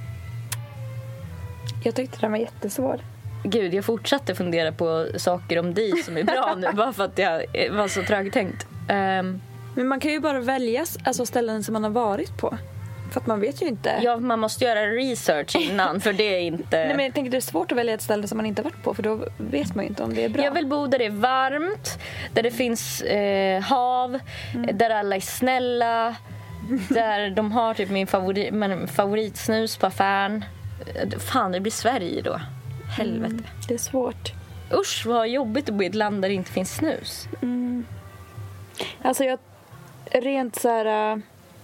Jag tyckte den var jättesvår. Gud, jag fortsatte fundera på saker om dig som är bra nu. Bara för att jag var så trögtänkt. um, Men man kan ju bara välja alltså ställen som man har varit på. För att man vet ju inte. Ja, man måste göra research innan. För det är inte... Nej, men jag tänker det är svårt att välja ett ställe som man inte har varit på. För då vet man ju inte om det är bra. Jag vill bo där det är varmt, där det finns eh, hav, mm. där alla är snälla, där de har typ min favorit, min favoritsnus på affären. Fan, det blir Sverige då. Helvete. Mm, det är svårt. Usch, vad jobbigt att bo i ett land där det inte finns snus. Mm. Alltså jag rent så här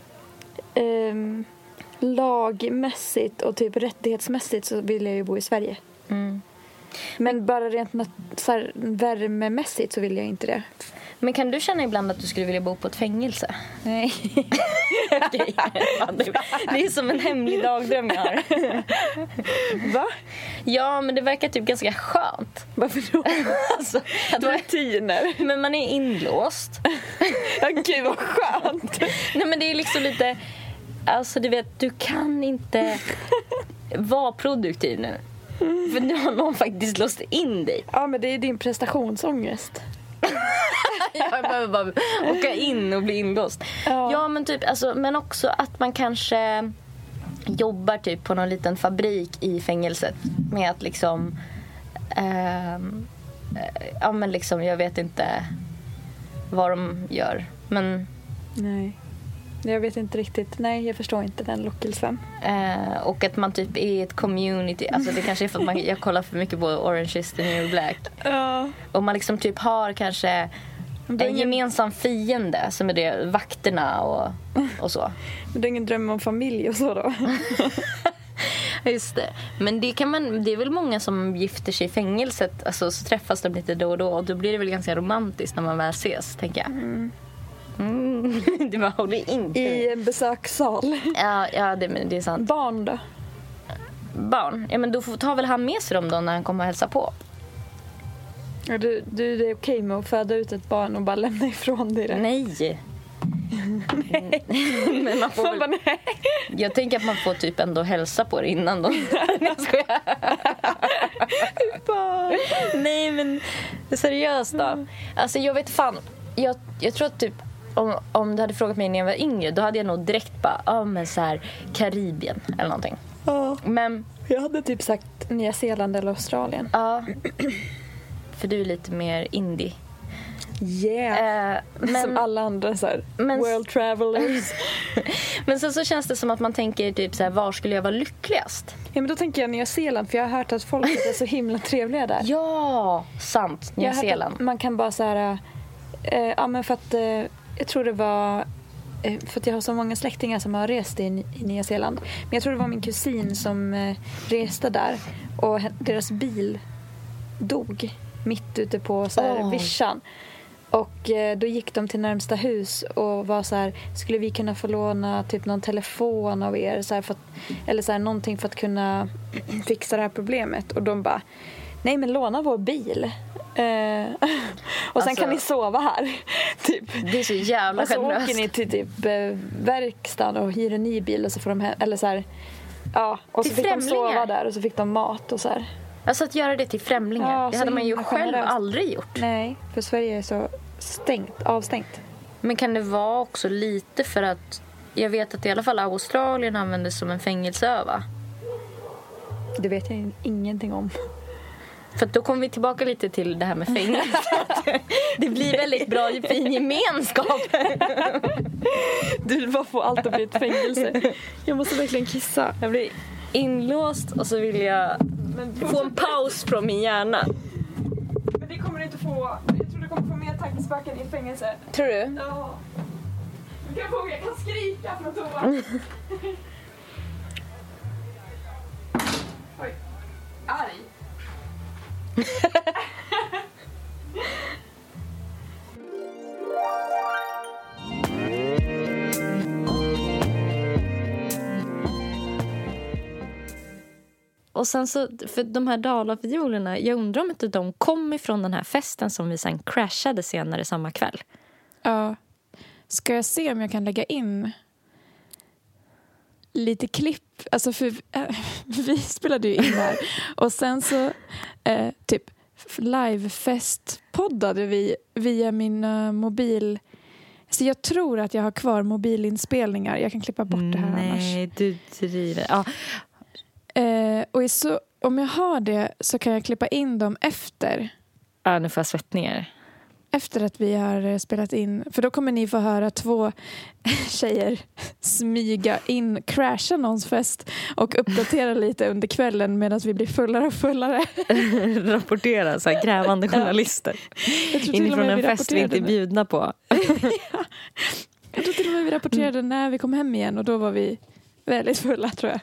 ähm, lagmässigt och typ rättighetsmässigt så vill jag ju bo i Sverige. Mm. Men bara rent nat- så här, värmemässigt så vill jag inte det. Men kan du känna ibland att du skulle vilja bo på ett fängelse? Nej. Okej. Det är som en hemlig dagdröm jag har. Va? Ja, men det verkar typ ganska skönt. Varför då? Alltså, att man, Rutiner. men man är inlåst. Ja, gud vad skönt. Nej, men det är liksom lite... Alltså, du vet, du kan inte vara produktiv nu. För nu har någon faktiskt låst in dig. Ja, men det är din prestationsångest. Jag behöver bara åka in och bli inlåst. Ja. Ja, men typ, alltså, men också att man kanske jobbar typ på någon liten fabrik i fängelset med att liksom ähm, äh, ja, men liksom, jag vet inte vad de gör, men Nej. Jag vet inte riktigt. Nej, jag förstår inte den lockelsen. äh, och att man typ är i ett community, alltså det kanske är för att man, jag kollar för mycket på Orange is the New Black. Ja. Och man liksom typ har kanske Det är en ingen- gemensam fiende som är det, vakterna och, och så. Men det är ingen dröm om familj och så då? Just det. Men det kan man, det är väl många som gifter sig i fängelset, alltså så träffas de lite då och då och då blir det väl ganska romantiskt när man väl ses, tänker jag. Mm. Mm. Det var håller inte. I en besökssal. Ja, ja det, det är sant. Barn då? Barn. Ja, men då får ta väl han med sig dem då när han kommer och hälsa på. Ja, du, du, det är okej med att föda ut ett barn och bara lämna ifrån dig det? Nej. Men man får Man bara, väl, nej. jag tänker att man får typ ändå hälsa på det innan då. Nej, jag skojar. Barn. Nej, men seriöst då. Alltså jag vet fan. Jag, jag tror att typ om, om du hade frågat mig när jag var yngre, då hade jag nog direkt bara, ja ah, men så här Karibien eller någonting. Ja, Men jag hade typ sagt Nya Zeeland eller Australien. ja, för du är lite mer indie. Yeah. Eh, men, Som alla andra så här, men- world travelers. men sen så känns det som att man tänker typ så här, var skulle jag vara lyckligast? Ja, men då tänker jag Nya Zeeland, för jag har hört att folk är så himla trevliga där. Ja, sant. Jag Nya har hört Zeeland. att man kan bara så här, eh, ja men för att eh, jag tror det var eh, för att jag har så många släktingar som har rest i, i Nya Zeeland. Men jag tror det var min kusin som eh, reste där och he- deras bil dog mitt ute på så här Åh. vischan. Och eh, då gick de till närmsta hus och var så här, skulle vi kunna få låna typ någon telefon av er så här, för att, eller så här, någonting för att kunna fixa det här problemet. Och de bara, nej men låna vår bil. Eh, och sen Alltså, kan ni sova här. Typ. Det är så jävla Och så generöst. åker ni till typ eh, verkstaden och hyr en ny bil och så får de he- eller så här, ja, och Till så fick de främlingar. sova där och så fick de mat och så här. Alltså att göra det till främlingar. Ja, det så hade man ju himla själv generöst. aldrig gjort. Nej, för Sverige är så stängt, avstängt. Men kan det vara också lite för att jag vet att i alla fall Australien användes som en fängelseö, va? Det vet jag ingenting om. För att då kommer vi tillbaka lite till det här med fängelse. Det blir väldigt bra fin gemenskap. Du bara får allt att bli ett fängelse. Jag måste verkligen kissa. Jag blir inlåst och så vill jag få en paus från min hjärna. Men det kommer du inte få. Jag tror du kommer få mer tankespöken i fängelse. Tror du? Ja. Du kan få, jag kan skrika från toan. Oj. Arg. Och sen så, för de här dalaviolerna, jag undrar om inte de kom ifrån den här festen som vi sen crashade senare samma kväll. Ja. Ska jag se om jag kan lägga in lite klipp? Alltså för äh, vi spelade ju in här. Och sen så äh, typ livefest-poddade vi via min uh, mobil. Så jag tror att jag har kvar mobilinspelningar. Jag kan klippa bort det här Nej, annars. Nej, du driver. Ja. Eh, och så, om jag har det så kan jag klippa in dem efter. Ja, nu får jag svettningar. Efter att vi har spelat in. För då kommer ni få höra två tjejer smyga in, crasha någons fest och uppdatera lite under kvällen medan vi blir fullare och fullare. Rapportera, så här grävande journalister. Jag tror till och Inifrån med en vi fest vi inte är rapporterade. bjudna på. Ja. Jag tror till och med vi rapporterade när vi kom hem igen och då var vi väldigt fulla, tror jag.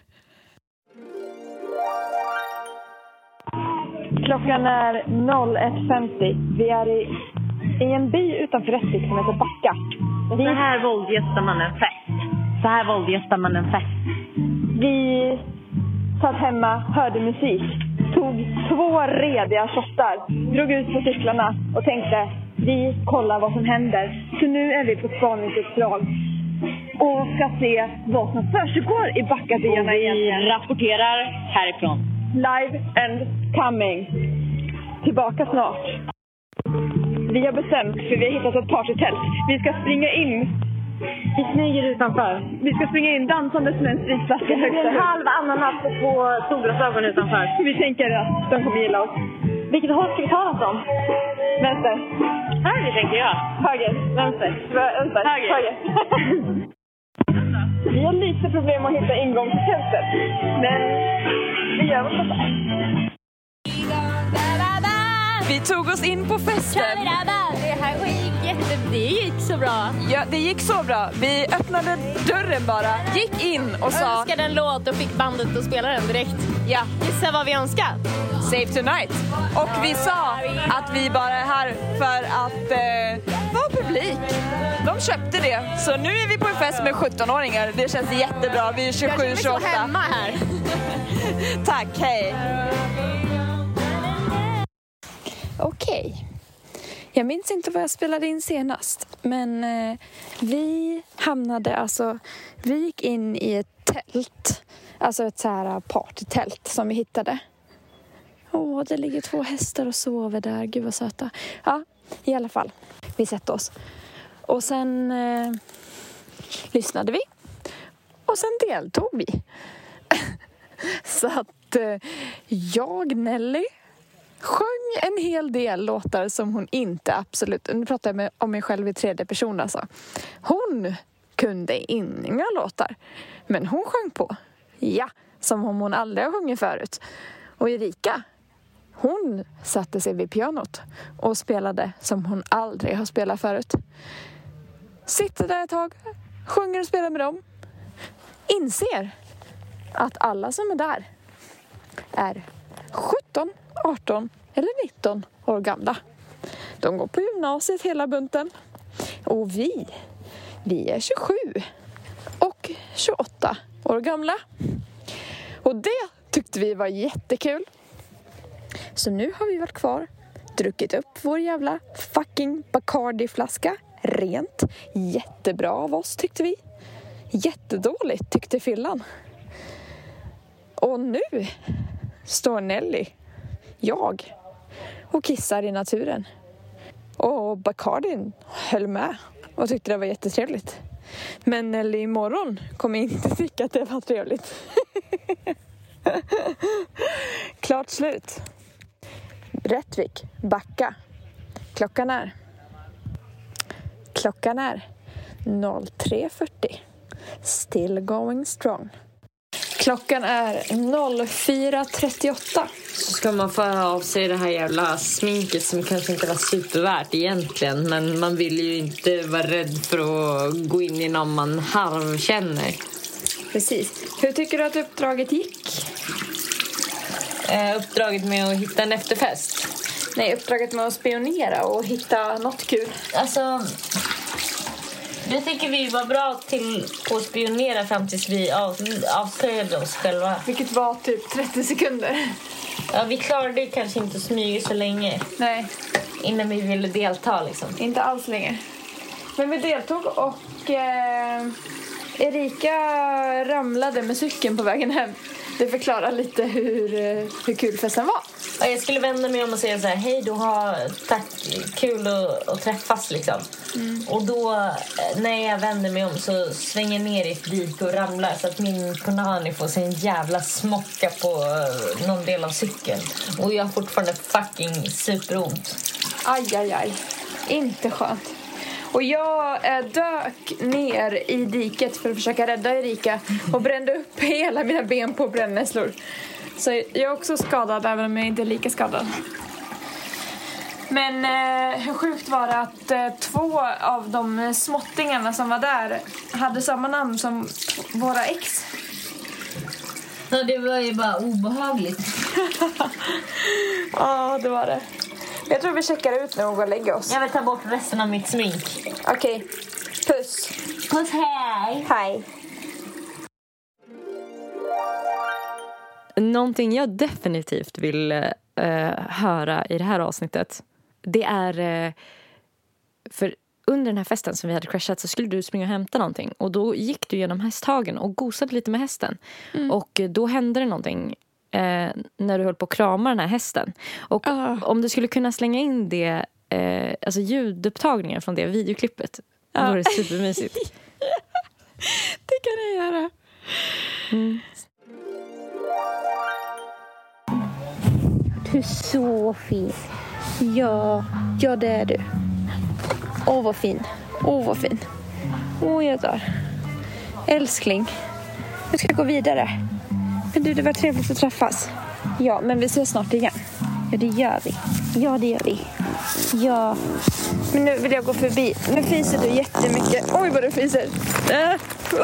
Klockan är ett femtio. Vi är i, i en by utanför Rättvik som heter Backa. Och så här våldgästar man en fest. Så här våldgästar man en fest. Vi satt hemma, hörde musik, tog två rediga shottar, drog ut på cyklarna och tänkte vi kollar vad som händer. Så nu är vi på spaningsuppdrag och ska se vad som försiggår i Backabyarna Vi egentligen. rapporterar härifrån. Live and coming. Tillbaka snart. Vi har bestämt, för vi har hittat ett partytält. Vi ska springa in. Vi smyger utanför. Vi ska springa in dansandes med en spritflaska Det högst är en upp. halv ananas och två solglasögon utanför. Vi tänker att de kommer gilla oss. Vilket håll ska vi ta dem från? Vänster. Höger tänker jag. Höger. Vänster. Vänster. Höger. Höger. Vi har lite problem att hitta ingång till tältet. Men vi gör vad som är. Vi tog oss in på festen. Det här gick jätte... Det gick så bra. Ja, det gick så bra. Vi öppnade dörren bara, gick in och sa Önskade en låt och fick bandet att spela den direkt. ja, Gissa vad vi önskar. Save Tonight. Och vi sa att vi bara är här för att eh, vara publik. De köpte det. Så nu är vi på en fest med sjuttonåringar. Det känns jättebra. Vi är tjugosju tjugoåtta. hemma här. Tack, hej. Okej. Jag minns inte vad jag spelade in senast. Men eh, vi hamnade alltså... Vi gick in i ett tält. Alltså ett så här partytält som vi hittade. Åh, det ligger två hästar och sover där. Gud vad söta. Ja, i alla fall. Vi sätter oss. Och sen eh, lyssnade vi. Och sen deltog vi. Så att eh, jag, Nelly, sjöng en hel del låtar som hon inte absolut... Nu pratar jag med, om mig själv i tredje person alltså. Hon kunde inga låtar. Men hon sjöng på. Ja, som om hon aldrig har sjungit förut. Och Erika, hon satte sig vid pianot och spelade som hon aldrig har spelat förut. Sitter där ett tag, sjunger och spelar med dem. Inser att alla som är där är sjutton, arton eller nitton år gamla. De går på gymnasiet hela bunten. Och vi, vi är tjugosju och tjugoåtta år gamla. Och det tyckte vi var jättekul. Så nu har vi varit kvar, druckit upp vår jävla fucking Bacardi-flaska rent. Jättebra av oss tyckte vi. Jättedåligt tyckte fyllan. Och nu står Nelly, jag, och kissar i naturen. Och Bacardin höll med och tyckte det var jättetrevligt. Men Nelly imorgon kommer inte tycka att det var trevligt. Klart slut. Rättvik, backa. Klockan är Klockan är tre fyrtio. Still going strong. Klockan är fyra trettioåtta. Så ska man få av sig det här jävla sminket som kanske inte var supervärt egentligen. Men man vill ju inte vara rädd för att gå in i någon man halvkänner. Precis. Hur tycker du att uppdraget gick? Eh, uppdraget med att hitta en efterfest. Nej, uppdraget med att spionera och hitta något kul. Alltså, det tycker vi var bra till att spionera fram tills vi av, avslöjade oss själva. Vilket var typ trettio sekunder. Ja, vi klarade kanske inte att smyga så länge. Nej. Innan vi ville delta liksom. Inte alls länge. Men vi deltog och eh, Erika ramlade med cykeln på vägen hem. Det förklarar lite hur, hur kul festen var. Ja, jag skulle vända mig om och säga så här: hej då, ha, tack, kul att, att träffas liksom. Mm. Och då när jag vänder mig om så svänger ner i ett dik och ramlar så att min punani får sin jävla smocka på någon del av cykeln. Och jag har fortfarande fucking superont. Aj, aj, aj. Inte skönt. Och jag eh, dök ner i diket för att försöka rädda Erika och brände upp hela mina ben på brännässlor. Så jag är också skadad, även om jag inte är lika skadad. Men eh, hur sjukt var det att eh, två av de småttingarna som var där hade samma namn som våra ex. Ja, det var ju bara obehagligt. Ja, det var det. Jag tror vi checkar ut nu och går och lägger oss. Jag vill ta bort resten av mitt smink. Okej, okay. Puss. Puss, hej. Hej. Någonting jag definitivt vill uh, höra i det här avsnittet, det är uh, för under den här festen som vi hade crashat så skulle du springa och hämta någonting. Och då gick du genom hästhagen och gosade lite med hästen. Mm. Och då hände det någonting eh, när du höll på att krama den här hästen. Och uh. om du skulle kunna slänga in det, eh, alltså ljudupptagningen från det videoklippet, uh. då var det supermysigt. Det kan jag göra. Mm. Du är så fin. Ja, ja det är du. Åh, vad fin. Åh, vad fin. Åh, jag dör. Älskling. Jag ska gå vidare. Men du, det var trevligt att träffas. Ja, men vi ses snart igen. Ja, det gör vi. Ja, det gör vi. Ja. Men nu vill jag gå förbi. Nu fiser du jättemycket. Oj, vad du fiser. Äh.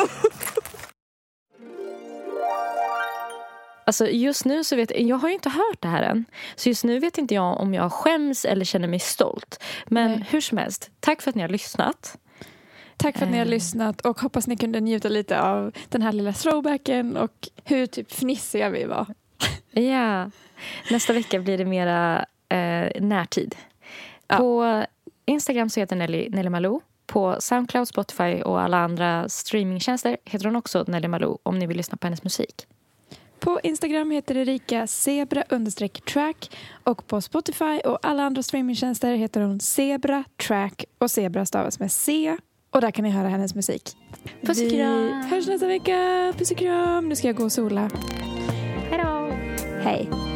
Alltså just nu så vet jag, jag har ju inte hört det här än. Så just nu vet inte jag om jag skäms eller känner mig stolt. Men Nej. hur som helst, tack för att ni har lyssnat. Tack för att ni har lyssnat och hoppas ni kunde njuta lite av den här lilla throwbacken och hur typ fnissiga vi var. Ja, nästa vecka blir det mera eh, närtid. Ja. På Instagram så heter Nelly, Nelly Malou. På Soundcloud, Spotify och alla andra streamingtjänster heter hon också Nelly Malou om ni vill lyssna på hennes musik. På Instagram heter Erika Zebra understreck track och på Spotify och alla andra streamingtjänster heter hon Zebra track och Zebra stavas med C och där kan ni höra hennes musik. Puss och kram. Vi hörs nästa vecka. Puss och kram. Nu ska jag gå och sola. Hej då. Hej.